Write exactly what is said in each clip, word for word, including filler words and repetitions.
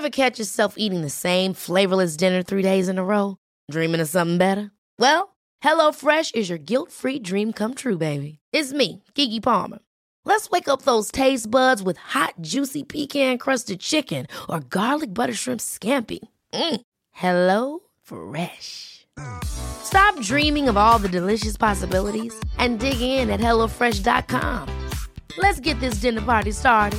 Ever catch yourself eating the same flavorless dinner three days in a row? Dreaming of something better? Well, HelloFresh is your guilt-free dream come true, baby. It's me, Keke Palmer. Let's wake up those taste buds with hot, juicy pecan-crusted chicken or garlic butter shrimp scampi. Mm. Hello Fresh. Stop dreaming of all the delicious possibilities and dig in at hello fresh dot com. Let's get this dinner party started.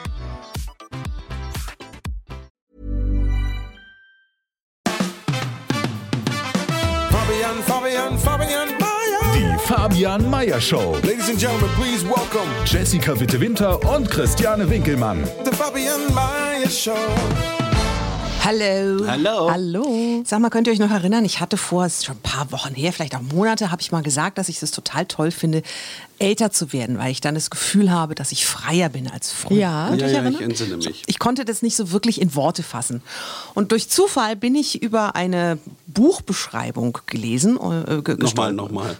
Fabian, Fabian, Fabian Meyer. Die Fabian Meyer Show. Ladies and gentlemen, please welcome Jessica Witte-Winter und Christiane Winkelmann. the Fabian Meyer Show. Hallo. Hallo. Hallo. Sag mal, könnt ihr euch noch erinnern, ich hatte vor, es ist schon ein paar Wochen her, vielleicht auch Monate, habe ich mal gesagt, dass ich es total toll finde, älter zu werden, weil ich dann das Gefühl habe, dass ich freier bin als früher. Ja, Könnt ihr ja, euch ja, erinnern? ich entsinne mich. Ich konnte das nicht so wirklich in Worte fassen. Und durch Zufall bin ich über eine Buchbeschreibung gelesen. Äh, ge- Nochmal, gestolpert. nochmal.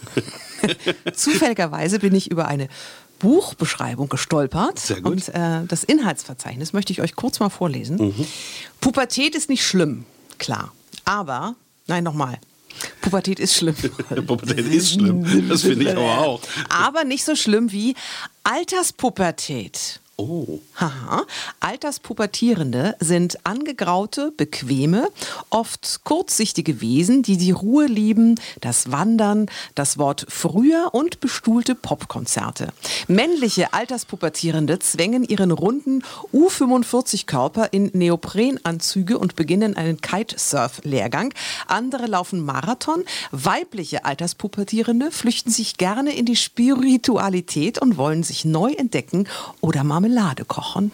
Zufälligerweise bin ich über eine Buchbeschreibung gestolpert. Sehr gut. Und äh, das Inhaltsverzeichnis möchte ich euch kurz mal vorlesen. Mhm. Pubertät ist nicht schlimm, klar. Aber, nein, nochmal. Pubertät ist schlimm. Pubertät ist schlimm. Das finde ich aber auch. Aber nicht so schlimm wie Alterspubertät. Oh. Haha. Alterspubertierende sind angegraute, bequeme, oft kurzsichtige Wesen, die die Ruhe lieben, das Wandern, das Wort früher und bestuhlte Popkonzerte. Männliche Alterspubertierende zwängen ihren runden U fünfundvierzig Körper in Neoprenanzüge und beginnen einen Kitesurf-Lehrgang. Andere laufen Marathon. Weibliche Alterspubertierende flüchten sich gerne in die Spiritualität und wollen sich neu entdecken oder Marmelade kochen.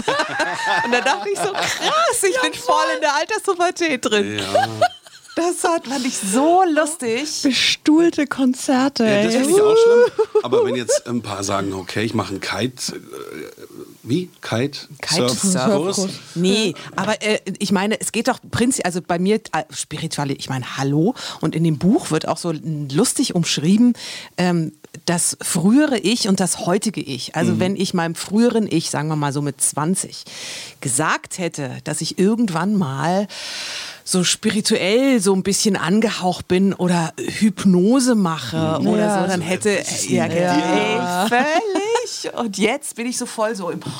Und da dachte ich so, krass, ich bin voll in der Alterspubertät drin. Ja. Das hat, fand ich so lustig. Bestuhlte Konzerte. Ja, das ey. finde ich auch schlimm. Aber wenn jetzt ein paar sagen, okay, ich mache einen Kite, äh, wie? Kite? Kitesurf-Kurs. Surf- Nee, aber äh, ich meine, es geht doch prinzipiell, also bei mir äh, spirituell, ich meine, hallo. Und in dem Buch wird auch so lustig umschrieben, ähm, das frühere Ich und das heutige Ich. Also Mhm. wenn ich meinem früheren Ich, sagen wir mal so mit zwanzig, gesagt hätte, dass ich irgendwann mal so spirituell so ein bisschen angehaucht bin oder Hypnose mache oder Ja, so, dann so hätte wissen ja, die. ey, völlig. Und jetzt bin ich so voll so im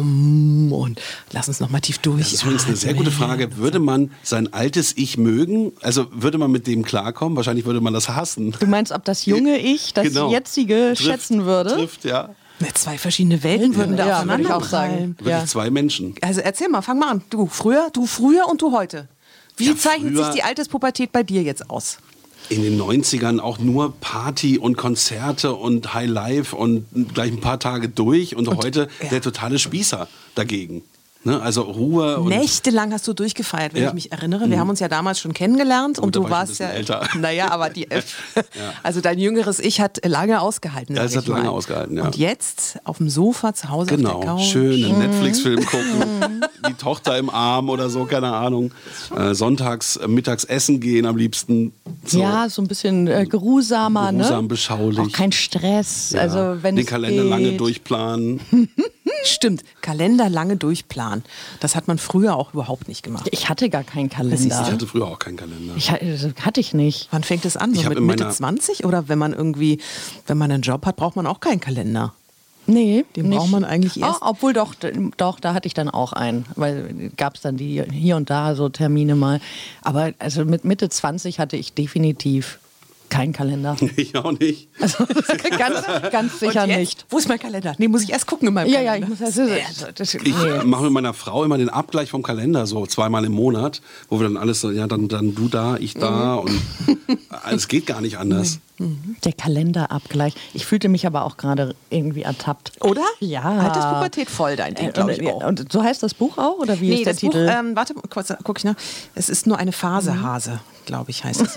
Om und lass uns noch mal tief durch. Das ist übrigens eine sehr gute Frage. Würde man sein altes Ich mögen? Also würde man mit dem klarkommen? Wahrscheinlich würde man das hassen. Du meinst, ob das junge Ich das Genau. jetzige Trifft- schätzen würde? Trifft, ja. Zwei verschiedene Welten würden da Ja, aufeinander würde ich auch sagen. prallen. Wirklich Ja. zwei Menschen. Also erzähl mal, fang mal an. Du früher, du früher und du heute. Wie Ja, zeichnet früher- sich die Alterspubertät bei dir jetzt aus? In den neunzigern auch nur Party und Konzerte und High Life und gleich ein paar Tage durch. Und, heute ja. der totale Spießer dagegen. Ne? Also Ruhe und... Nächtelang hast du durchgefeiert, wenn Ja. ich mich erinnere. Wir haben uns ja damals schon kennengelernt und da du war ich ein warst bisschen ja älter. Naja, aber die, also dein jüngeres Ich hat lange ausgehalten. Ja, sag es hat ich mal. lange ausgehalten, ja. Und jetzt auf dem Sofa zu Hause auf Genau, der Couch. schön einen Netflix-Film gucken, die Tochter im Arm oder so, keine Ahnung. Äh, sonntags, äh, mittags essen gehen am liebsten. So. Ja, so ein bisschen äh, geruhsamer, Geruhsam, ne? beschaulich. Auch kein Stress. Ja, Also wenn den es Kalender geht. lange durchplanen. Stimmt, Kalender lange durchplanen. Das hat man früher auch überhaupt nicht gemacht. Ich hatte gar keinen Ich Kalender. hatte früher auch keinen Kalender. Ich hatte, das hatte ich nicht. Wann fängt es an? So Ich hab mit in Mitte meiner- zwanzig? Oder wenn man irgendwie, wenn man einen Job hat, braucht man auch keinen Kalender. Nee, Den nicht. braucht man eigentlich erst- Ah, obwohl doch, d- doch, da hatte ich dann auch einen, weil gab es dann die hier und da so Termine mal. Aber also mit Mitte zwanzig hatte ich definitiv keinen Kalender. Ich auch nicht. Also ganz, ganz sicher Und jetzt? nicht. Wo ist mein Kalender? Nee, muss ich erst gucken in meinem Ja, ja, Kalender. ich muss das, das, Ich nee. mache mit meiner Frau immer den Abgleich vom Kalender, so zweimal im Monat, wo wir dann alles so, ja, dann, dann du da, ich da und es geht gar nicht anders. Der Kalenderabgleich. Ich fühlte mich aber auch gerade irgendwie ertappt. Oder? Ja. Alterspubertät voll dein Ding, Äh, glaube und, ich auch. und so heißt das Buch auch? Oder wie Nee, ist der das Buch, Titel? ähm, warte, kurz, guck ich nach. Es ist nur eine Phase, Hase, glaube ich, heißt es.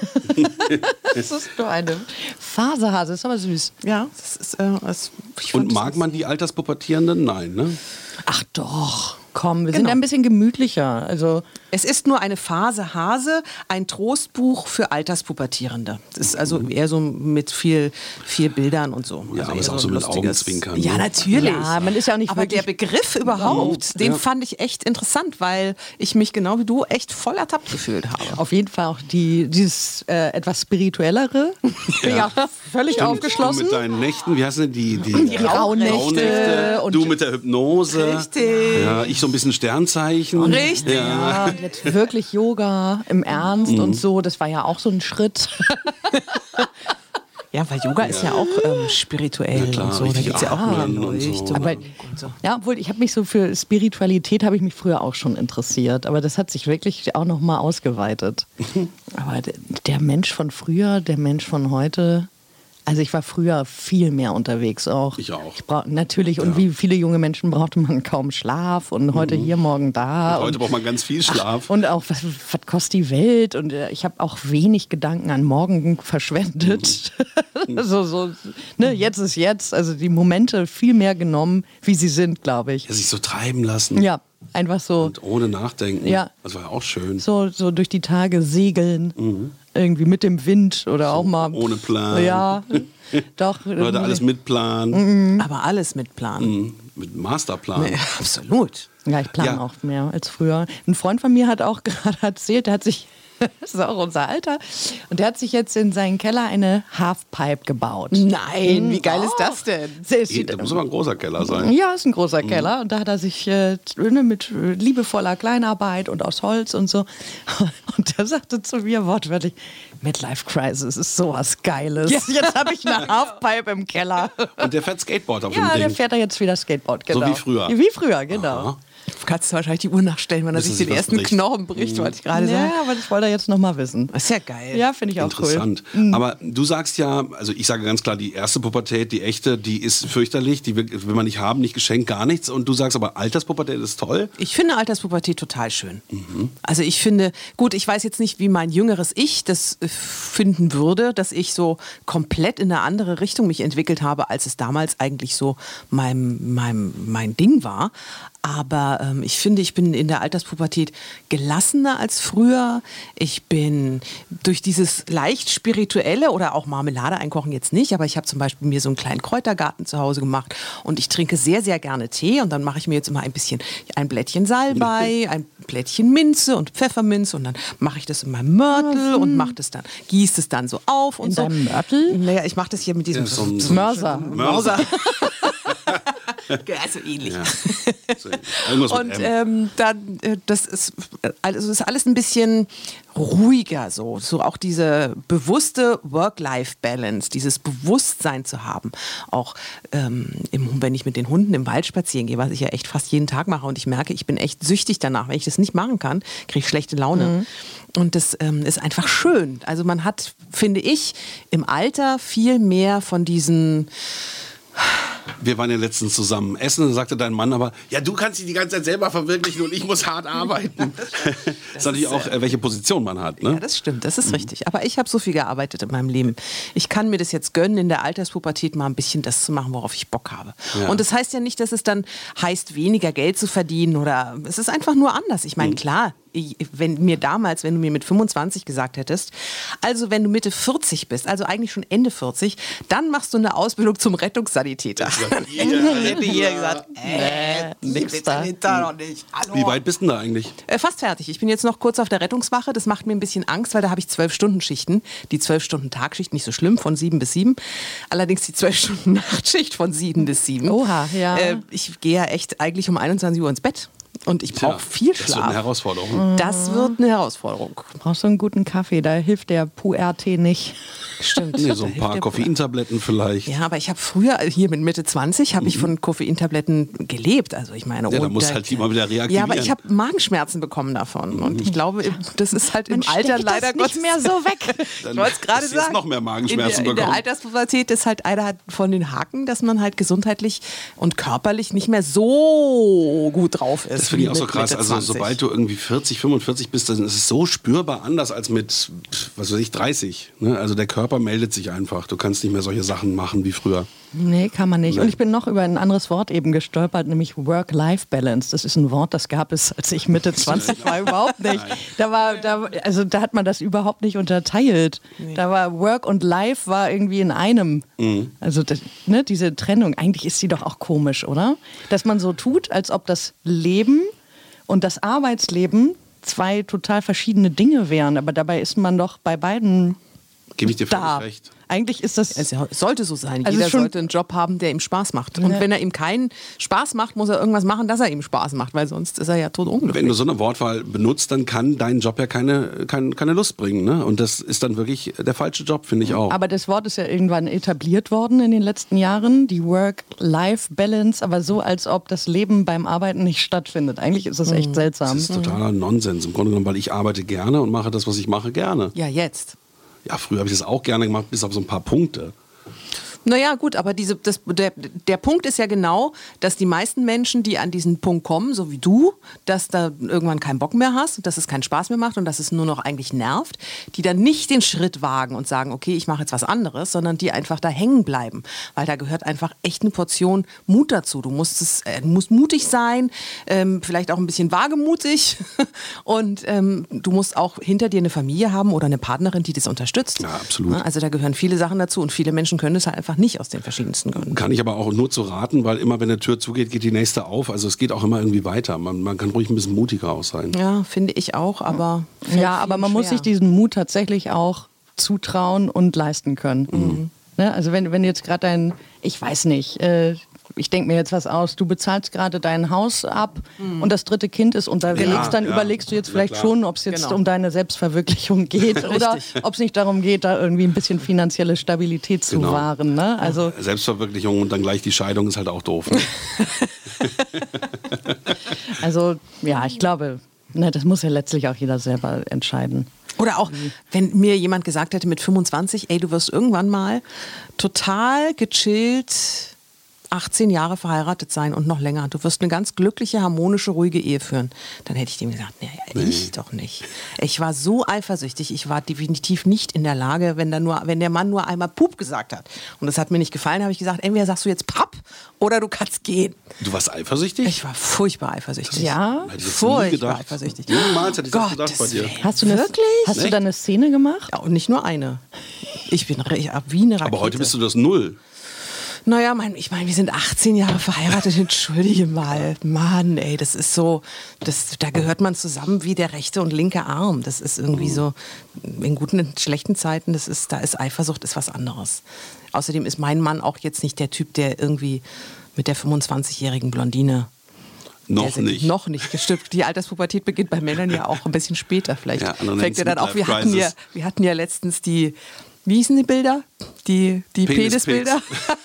Das ist nur eine Phasehase, ist aber süß. Ja, das ist, äh, das, ich fand Und das mag man die Alterspubertierenden? Nein, ne? Ach doch. Komm, wir Genau. sind ein bisschen gemütlicher. Also Es ist nur eine Phase Hase, ein Trostbuch für Alterspubertierende. Das ist also eher so mit viel, viel Bildern und so. Ja, also aber eher ist auch so mit lustiges- Augenzwinkern, Ja, ne? natürlich. Ja, man ist ja auch nicht aber der wirklich- Begriff überhaupt, den Ja. fand ich echt interessant, weil ich mich genau wie du echt voll ertappt gefühlt habe. auf jeden Fall auch die, dieses äh, etwas spirituellere. Bin ja völlig aufgeschlossen. Du mit deinen Nächten, wie heißt denn die? Die, Die Rauhnächte und- Du mit der Hypnose. Richtig. Ja, ich so ein bisschen Sternzeichen. Richtig. Ja. Ja, und jetzt wirklich Yoga im Ernst Mhm. und so, das war ja auch so ein Schritt. Ja, weil Yoga ist ja auch ähm, spirituell Ja, klar, und so. Da richtig gibt es ja auch atmen und so. Leuchtung Aber, und so. ja, obwohl ich habe mich so für Spiritualität habe ich mich früher auch schon interessiert, aber das hat sich wirklich auch noch mal ausgeweitet. Aber der, der Mensch von früher, der Mensch von heute, also ich war früher viel mehr unterwegs auch. Ich auch. Ich brauch, natürlich, und wie viele junge Menschen brauchte man kaum Schlaf und heute hier, morgen da. Heute und, braucht man ganz viel Schlaf. und auch, was, was kostet die Welt? Und äh, ich habe auch wenig Gedanken an morgen verschwendet. so, so, ne, jetzt ist jetzt. Also die Momente viel mehr genommen, wie sie sind, glaube ich. Ja, sich so treiben lassen. Ja, einfach so, Und ohne nachdenken. Ja. Das war ja auch schön. so, so durch die Tage segeln. Irgendwie mit dem Wind oder auch mal. ohne Plan. Ja, doch. Leute, alles mit Plan. Aber alles mit Plan. Mhm. Mit Masterplan. Ja, absolut. Ja, ich plane Ja. auch mehr als früher. Ein Freund von mir hat auch gerade erzählt, der hat sich, das ist auch unser Alter, und der hat sich jetzt in seinen Keller eine Halfpipe gebaut. Nein, wie geil ist das denn? Sehr- Das muss aber ein großer Keller sein. Ja, ist ein großer Keller. Und da hat er sich äh, ne, mit äh, liebevoller Kleinarbeit und aus Holz und so. Und der sagte zu mir wortwörtlich, Midlife Crisis ist sowas Geiles. Jetzt habe ich eine Halfpipe im Keller. Und der fährt Skateboard auf Ja, dem der Ding. fährt da jetzt wieder Skateboard, genau. wie früher. Wie früher, genau. Aha. Du kannst wahrscheinlich die Uhr nachstellen, wenn er Bis sich er den sich was ersten bricht. Knochen bricht, wollte ich gerade Ja, sagen. aber das wollte er jetzt noch mal wissen. Das ist ja geil. Ja, finde ich auch Interessant. cool. Mhm. Aber du sagst ja, also ich sage ganz klar, die erste Pubertät, die echte, die ist fürchterlich, die will, will man nicht haben, nicht geschenkt, gar nichts. Und du sagst aber, Alterspubertät ist toll. Ich finde Alterspubertät total schön. Also ich finde, gut, ich weiß jetzt nicht, wie mein jüngeres Ich das äh, finden würde, dass ich so komplett in eine andere Richtung mich entwickelt habe, als es damals eigentlich so mein, mein, mein Ding war. Aber ähm, ich finde, ich bin in der Alterspubertät gelassener als früher. Ich bin durch dieses leicht spirituelle oder auch Marmelade einkochen jetzt nicht, aber ich habe zum Beispiel mir so einen kleinen Kräutergarten zu Hause gemacht und ich trinke sehr, sehr gerne Tee und dann mache ich mir jetzt immer ein bisschen ein Blättchen Salbei, ein Blättchen Minze und Pfefferminze und dann mache ich das in meinem Mörtel und mache das dann, gieße es dann so auf und In so. deinem Mörtel? Naja, ich mache das hier mit diesem Ja, so ein- Mörser. Mörser. Ja, so ähnlich. Ja. So, irgendwas Und mit M. ähm, dann, äh, das ist, äh, also ist alles ein bisschen ruhiger so. So auch diese bewusste Work-Life-Balance, dieses Bewusstsein zu haben. Auch ähm, im, wenn ich mit den Hunden im Wald spazieren gehe, was ich ja echt fast jeden Tag mache und ich merke, ich bin echt süchtig danach. Wenn ich das nicht machen kann, kriege ich schlechte Laune. Und das ähm, ist einfach schön. Also man hat, finde ich, im Alter viel mehr von diesen... Wir waren ja letztens zusammen essen und sagte dein Mann aber, ja, du kannst dich die ganze Zeit selber verwirklichen und ich muss hart arbeiten. Das ist natürlich auch, äh, welche Position man hat. Ne? Ja, das stimmt, das ist richtig. Aber ich habe so viel gearbeitet in meinem Leben. Ich kann mir das jetzt gönnen, in der Alterspubertät mal ein bisschen das zu machen, worauf ich Bock habe. Ja. Und das heißt ja nicht, dass es dann heißt, weniger Geld zu verdienen oder es ist einfach nur anders. Ich meine, Mhm. klar, ich, wenn mir damals, wenn du mir mit fünfundzwanzig gesagt hättest, also wenn du Mitte vierzig bist, also eigentlich schon Ende vierzig, dann machst du eine Ausbildung zum Rettungssanitäter. Dann hätte ich hier gesagt, äh, nix da. Sanitäter noch nicht. Hallo. Wie weit bist du denn da eigentlich? Äh, fast fertig. Ich bin jetzt noch kurz auf der Rettungswache. Das macht mir ein bisschen Angst, weil da habe ich zwölf Stunden Schichten. Die zwölf Stunden Tagschicht, nicht so schlimm, von sieben bis sieben. Allerdings die zwölf Stunden Nachtschicht von sieben bis sieben. Oha, ja. Äh, ich gehe ja echt eigentlich um einundzwanzig Uhr ins Bett. Und ich Tja, brauche viel Das wird eine Schlaf. Herausforderung. Das wird eine Herausforderung. Brauchst du einen guten Kaffee, da hilft der Puer-Tee nicht. Stimmt. Nee, so ein paar Koffeintabletten vielleicht. Ja, aber ich habe früher, hier mit Mitte zwanzig, habe ich von Koffeintabletten gelebt. Also ich meine, Ja, da oh, musst halt die mal wieder reaktivieren. Ja, aber ich habe Magenschmerzen bekommen davon. Und ich glaube, das ist halt im Man Alter steckt leider das nicht mehr so weg. Ich wollte es gerade hast du jetzt sagen. noch mehr Magenschmerzen in der, in der bekommen. Alterspubertät ist halt einer von den Haken, dass man halt gesundheitlich und körperlich nicht mehr so gut drauf ist. Das finde ich wie auch so mit krass. Mitte Also zwanzig. sobald du irgendwie vierzig, fünfundvierzig bist, dann ist es so spürbar anders als mit was weiß ich, dreißig. Ne? Also der Körper meldet sich einfach. Du kannst nicht mehr solche Sachen machen wie früher. Nee, kann man nicht. Nee. Und ich bin noch über ein anderes Wort eben gestolpert, nämlich Work-Life-Balance. Das ist ein Wort, das gab es, als ich Mitte zwanzig war, überhaupt nicht. Da war, da, also da hat man das überhaupt nicht unterteilt. Nee. Da war Work und Life war irgendwie in einem. Mhm. Also das, ne, diese Trennung, eigentlich ist sie doch auch komisch, oder? Dass man so tut, als ob das Leben und das Arbeitsleben zwei total verschiedene Dinge wären. Aber dabei ist man doch bei beiden Gebe ich dir völlig da. recht. Eigentlich ist das... Es sollte so sein. Also Jeder schon sollte einen Job haben, der ihm Spaß macht. Und Ja. wenn er ihm keinen Spaß macht, muss er irgendwas machen, dass er ihm Spaß macht, weil sonst ist er ja tot unglücklich. Wenn du so eine Wortwahl benutzt, dann kann dein Job ja keine, keine, keine Lust bringen. Ne? Und das ist dann wirklich der falsche Job, finde ich auch. Aber das Wort ist ja irgendwann etabliert worden in den letzten Jahren, die Work-Life-Balance, aber so, als ob das Leben beim Arbeiten nicht stattfindet. Eigentlich ist das echt seltsam. Das ist totaler Nonsens im Grunde genommen, weil ich arbeite gerne und mache das, was ich mache, gerne. Ja, jetzt. Ja, früher habe ich das auch gerne gemacht, bis auf so ein paar Punkte. Naja, gut, aber diese, das, der, der Punkt ist ja genau, dass die meisten Menschen, die an diesen Punkt kommen, so wie du, dass da irgendwann keinen Bock mehr hast, dass es keinen Spaß mehr macht und dass es nur noch eigentlich nervt, die dann nicht den Schritt wagen und sagen, okay, ich mache jetzt was anderes, sondern die einfach da hängen bleiben. Weil da gehört einfach echt eine Portion Mut dazu. Du musst, es, äh, du musst mutig sein, ähm, vielleicht auch ein bisschen wagemutig und ähm, du musst auch hinter dir eine Familie haben oder eine Partnerin, die das unterstützt. Ja, absolut. Also da gehören viele Sachen dazu und viele Menschen können es halt einfach nicht aus den verschiedensten Gründen. Kann ich aber auch nur zu raten, weil immer, wenn eine Tür zugeht, geht die nächste auf. Also es geht auch immer irgendwie weiter. Man, man kann ruhig ein bisschen mutiger auch sein. Ja, finde ich auch, aber... fällt Ja, aber man vielen muss schwer. sich diesen Mut tatsächlich auch zutrauen und leisten können. Mhm. Ne? Also wenn, wenn jetzt gerade dein, ich weiß nicht, äh, ich denke mir jetzt was aus, du bezahlst gerade dein Haus ab Mhm. und das dritte Kind ist unterwegs, Ja, dann ja. überlegst du jetzt Ja, vielleicht klar. schon, ob es jetzt Genau. um deine Selbstverwirklichung geht oder ob es nicht darum geht, da irgendwie ein bisschen finanzielle Stabilität zu Genau. wahren. Ne? Also Selbstverwirklichung und dann gleich die Scheidung ist halt auch doof. Ne? Also ja, ich glaube, ne, das muss ja letztlich auch jeder selber entscheiden. Oder auch, wenn mir jemand gesagt hätte mit fünfundzwanzig, ey, du wirst irgendwann mal total gechillt achtzehn Jahre verheiratet sein und noch länger. Du wirst eine ganz glückliche, harmonische, ruhige Ehe führen. Dann hätte ich dem gesagt, naja, Nee. ich doch nicht. Ich war so eifersüchtig, ich war definitiv nicht in der Lage, wenn, da nur, wenn der Mann nur einmal Pup gesagt hat. Und das hat mir nicht gefallen, habe ich gesagt, entweder sagst du jetzt Papp oder du kannst gehen. Du warst eifersüchtig? Ich war furchtbar eifersüchtig. Ja? Hätte ich jetzt nie Furchtbar gedacht. eifersüchtig. Niemals hätte ich das gedacht bei Gottes dir. Willen. Hast du eine, Wirklich? Hast du Echt? da eine Szene gemacht? Ja, und nicht nur eine. Ich bin re- wie eine Rakete. Aber heute bist du das Null. Naja, mein, ich meine, wir sind achtzehn Jahre verheiratet, entschuldige mal. Mann, ey, das ist so, das, da gehört man zusammen wie der rechte und linke Arm. Das ist irgendwie so, in guten und schlechten Zeiten, das ist, da ist Eifersucht ist was anderes. Außerdem ist mein Mann auch jetzt nicht der Typ, der irgendwie mit der fünfundzwanzigjährigen Blondine... Noch der, nicht. Noch nicht, gestimmt. Die Alterspubertät beginnt bei Männern ja auch ein bisschen später. Vielleicht Ja, andere fängt nennen's er dann auch. Wir Midlife hatten, ja, Crisis. wir hatten ja letztens die, wie hießen die Bilder? Die, die Penis-Pics. Penisbilder.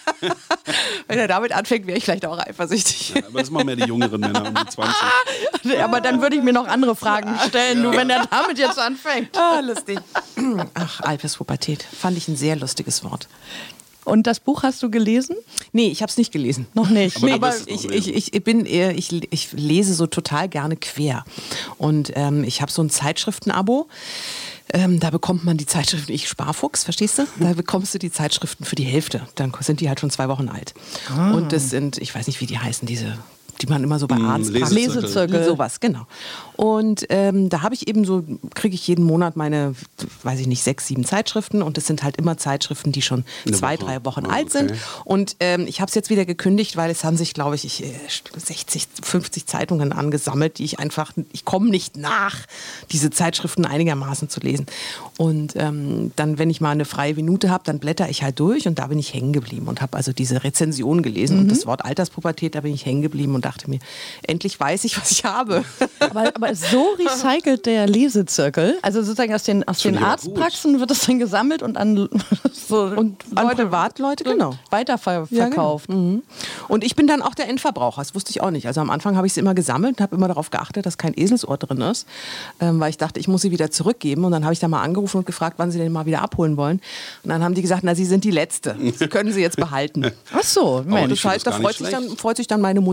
Wenn er damit anfängt, wäre ich vielleicht auch eifersüchtig. Ja, aber das machen mehr die jüngeren Männer um die zwanzig. Aber dann würde ich mir noch andere Fragen stellen, du, wenn er damit jetzt anfängt. Ah, lustig. Ach, Alterspubertät. Fand ich ein sehr lustiges Wort. Und das Buch hast du gelesen? Nee, ich habe es nicht gelesen. Noch nicht. Aber Nee, du aber wirst es ich, noch ich, lesen. ich, bin eher, ich, ich lese so total gerne quer. Und ähm, ich habe so ein Zeitschriftenabo. Ähm, da bekommt man die Zeitschriften, ich Sparfuchs, verstehst du? Da bekommst du die Zeitschriften für die Hälfte. Dann sind die halt schon zwei Wochen alt. Und das sind, ich weiß nicht, wie die heißen, diese, die man immer so bei Arzt Lesezirkel. Lesezirkel. Sowas, genau. Und ähm, da habe ich eben so, kriege ich jeden Monat meine, weiß ich nicht, sechs, sieben Zeitschriften und es sind halt immer Zeitschriften, die schon Eine zwei, Woche. drei Wochen Ah, alt sind. okay. Und ähm, ich habe es jetzt wieder gekündigt, weil es haben sich, glaube ich, ich, äh, sechzig, fünfzig Zeitungen angesammelt, die ich einfach, ich komme nicht nach, diese Zeitschriften einigermaßen zu lesen. Und ähm, dann, wenn ich mal eine freie Minute habe, dann blätter ich halt durch und da bin ich hängen geblieben und habe also diese Rezension gelesen Mhm. und das Wort Alterspubertät, da bin ich hängen geblieben und dachte mir, endlich weiß ich, was ich habe. Aber, aber so recycelt der Lesezirkel, also sozusagen aus den, aus den Finde ich aber Arztpraxen wird das dann gesammelt und an so Und an Privatleute, genau. weiterverkauft. Ja, genau. Mhm. Und ich bin dann auch der Endverbraucher, das wusste ich auch nicht. Also am Anfang habe ich sie immer gesammelt und habe immer darauf geachtet, dass kein Eselsohr drin ist, ähm, weil ich dachte, ich muss sie wieder zurückgeben. Und dann habe ich da mal angerufen und gefragt, wann sie denn mal wieder abholen wollen. Und dann haben die gesagt, na, sie sind die Letzte. Sie können sie jetzt behalten. Ach so, ich Mensch. Das finde heißt, das da gar freut nicht sich, dann, schlecht. freut sich dann meine Mutter auch.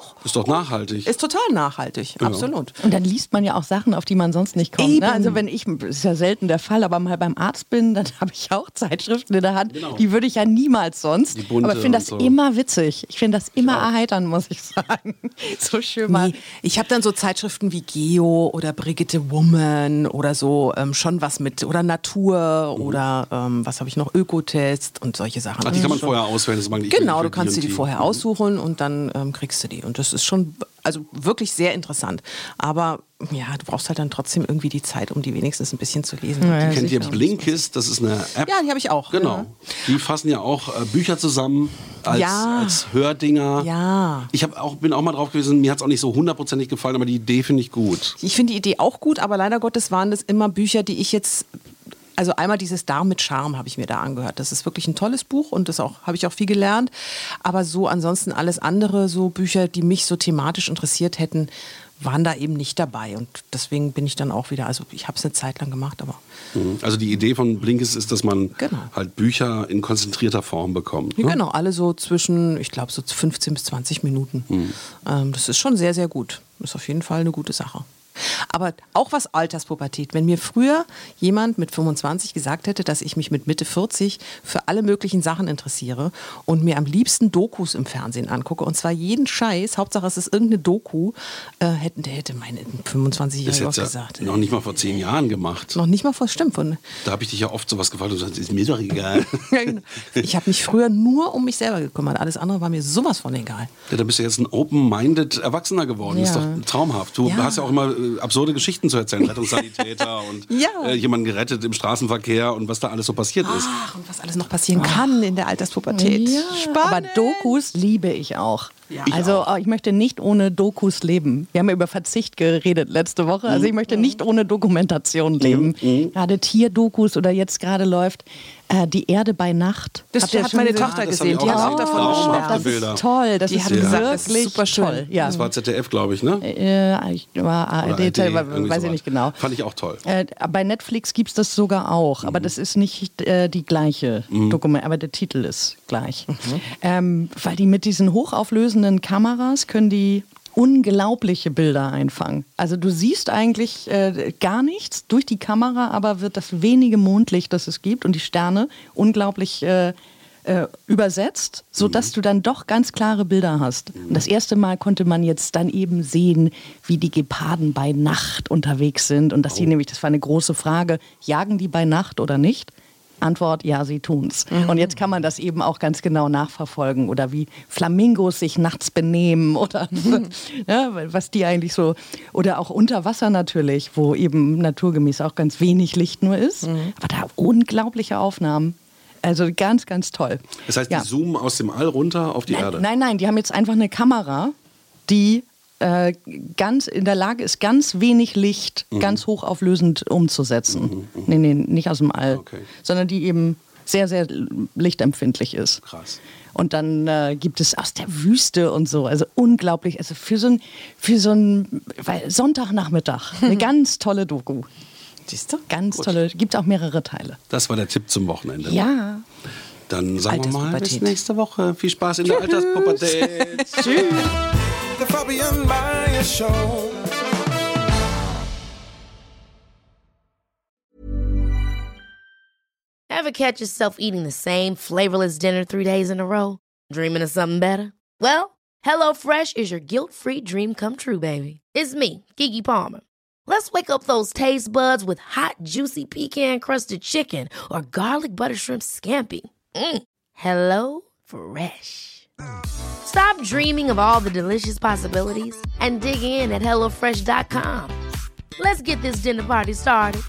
auch. Ist doch nachhaltig. Ist total nachhaltig, ja. Absolut. Und dann liest man ja auch Sachen, auf die man sonst nicht kommt. Eben. Ne? Also wenn ich, das ist ja selten der Fall, aber mal beim Arzt bin, dann habe ich auch Zeitschriften in der Hand. Genau. Die würde ich ja niemals sonst. Die bunte Aber ich finde das und so. immer witzig. Ich finde das immer erheiternd, muss ich sagen. So schön mal. Nee, ich habe dann so Zeitschriften wie Geo oder Brigitte Woman oder so, ähm, schon was mit, oder Natur Mhm. oder ähm, was habe ich noch, Ökotest und solche Sachen. Ach, die kann man Schon- vorher auswählen. Das mag ich Genau, für du kannst die dir die und vorher Mhm. aussuchen und dann ähm, kriegst du die. Und das ist schon, also wirklich sehr interessant. Aber ja, du brauchst halt dann trotzdem irgendwie die Zeit, um die wenigstens ein bisschen zu lesen. Ja, Kennt ihr sicher. Blinkist? Das ist eine App. Ja, die habe ich auch. Genau. Ja. Die fassen ja auch äh, Bücher zusammen als, Ja. als Hördinger. Ja. Ich hab auch, bin auch mal drauf gewesen, mir hat es auch nicht so hundertprozentig gefallen, aber die Idee finde ich gut. Ich finde die Idee auch gut, aber leider Gottes waren das immer Bücher, die ich jetzt, also einmal dieses Darm mit Charme habe ich mir da angehört. Das ist wirklich ein tolles Buch und das auch habe ich auch viel gelernt. Aber so ansonsten alles andere, so Bücher, die mich so thematisch interessiert hätten, waren da eben nicht dabei. Und deswegen bin ich dann auch wieder, also ich habe es eine Zeit lang gemacht, aber Mhm. Also die Idee von Blinkist ist, dass man Genau. halt Bücher in konzentrierter Form bekommt. ja, Ne? genau, alle so zwischen, ich glaube, so fünfzehn bis zwanzig Minuten. Ähm, das ist schon sehr, sehr gut. Ist auf jeden Fall eine gute Sache. Aber auch was Alterspubertät. Wenn mir früher jemand mit fünfundzwanzig gesagt hätte, dass ich mich mit Mitte vierzig für alle möglichen Sachen interessiere und mir am liebsten Dokus im Fernsehen angucke, und zwar jeden Scheiß, Hauptsache es ist irgendeine Doku, äh, hätten, der hätte meine Das fünfundzwanzigjährige auch ist jetzt gesagt. ja noch nicht mal vor zehn Jahren gemacht. Noch nicht mal vor, stimmt. Von, Da habe ich dich ja oft sowas gefragt und du sagst, ist mir doch egal. ja, genau. Ich habe mich früher nur um mich selber gekümmert. Alles andere war mir sowas von egal. Ja, da bist du jetzt ein open-minded Erwachsener geworden. Ja. Das ist doch traumhaft. Du Ja. hast ja auch immer äh, absurde Geschichten zu erzählen. Rettungssanitäter und Ja. äh, jemanden gerettet im Straßenverkehr und was da alles so passiert ist. Ach, und was alles noch passieren kann in der Alterspubertät. Ja, aber Spannend. Dokus liebe ich auch. Ja. Also ich möchte nicht ohne Dokus leben. Wir haben ja über Verzicht geredet letzte Woche. Also ich möchte nicht ohne Dokumentation leben. Gerade Tierdokus oder jetzt gerade läuft äh, Die Erde bei Nacht. Das Habt ihr hat schon meine gesehen? Tochter das hab gesehen. ich Die auch hat auch gesehen. davon Traumhafte geschwärmt. Das Bilder. ist toll. Das Die ist hat gesagt, das wirklich ist super schön. toll. Ja. Das war Z D F, glaube ich, ne? Äh, ich war A R D, Oder R T, weiß irgendwie ich sowas. nicht genau. Fand ich auch toll. Äh, bei Netflix gibt es das sogar auch, aber das ist nicht äh, die gleiche Dokument, aber der Titel ist gleich. Ähm, weil die mit diesen hochauflösenden Kameras können die unglaubliche Bilder einfangen. Also du siehst eigentlich äh, gar nichts durch die Kamera, aber wird das wenige Mondlicht, das es gibt und die Sterne unglaublich äh, äh, übersetzt, sodass du dann doch ganz klare Bilder hast. Und das erste Mal konnte man jetzt dann eben sehen, wie die Geparden bei Nacht unterwegs sind und dass sie nämlich, das war eine große Frage, jagen die bei Nacht oder nicht? Antwort, ja, sie tun's. Und jetzt kann man das eben auch ganz genau nachverfolgen oder wie Flamingos sich nachts benehmen oder ja, was die eigentlich so, oder auch unter Wasser natürlich, wo eben naturgemäß auch ganz wenig Licht nur ist, aber da unglaubliche Aufnahmen. Also ganz, ganz toll. Das heißt, Ja. die zoomen aus dem All runter auf die Nein, Erde. nein, nein, die haben jetzt einfach eine Kamera, die äh, ganz in der Lage ist, ganz wenig Licht Mhm. ganz hochauflösend umzusetzen. Nee, nee, nicht aus dem All, Okay. sondern die eben sehr, sehr lichtempfindlich ist. Krass. Und dann äh, gibt es aus der Wüste und so, also unglaublich, also für so ein, für so ein weil Sonntagnachmittag, eine ganz tolle Doku. Siehst du? Ganz tolle, gibt auch mehrere Teile. Das war der Tipp zum Wochenende. Ja. Dann sagen wir mal bis Alterspubertät. nächste Woche. Viel Spaß in der Alterspubertät. The Fabian Myers Show. Ever catch yourself eating the same flavorless dinner three days in a row? Dreaming of something better? Well, HelloFresh is your guilt-free dream come true, baby. It's me, Keke Palmer. Let's wake up those taste buds with hot, juicy pecan-crusted chicken or garlic butter shrimp scampi. Mm. Hello Fresh. Stop dreaming of all the delicious possibilities and dig in at hello fresh dot com. Let's get this dinner party started.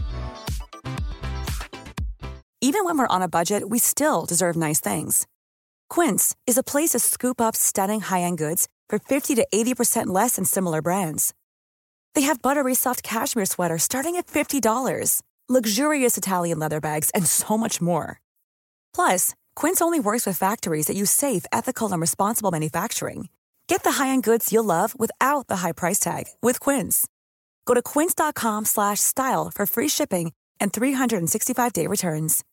Even when we're on a budget, we still deserve nice things. Quince is a place to scoop up stunning high-end goods for fifty to eighty percent less than similar brands. They have buttery soft cashmere sweaters starting at fifty dollars, luxurious Italian leather bags, and so much more. Plus, Quince only works with factories that use safe, ethical, and responsible manufacturing. Get the high-end goods you'll love without the high price tag with Quince. Go to quince dot com slash style for free shipping and three sixty-five day returns.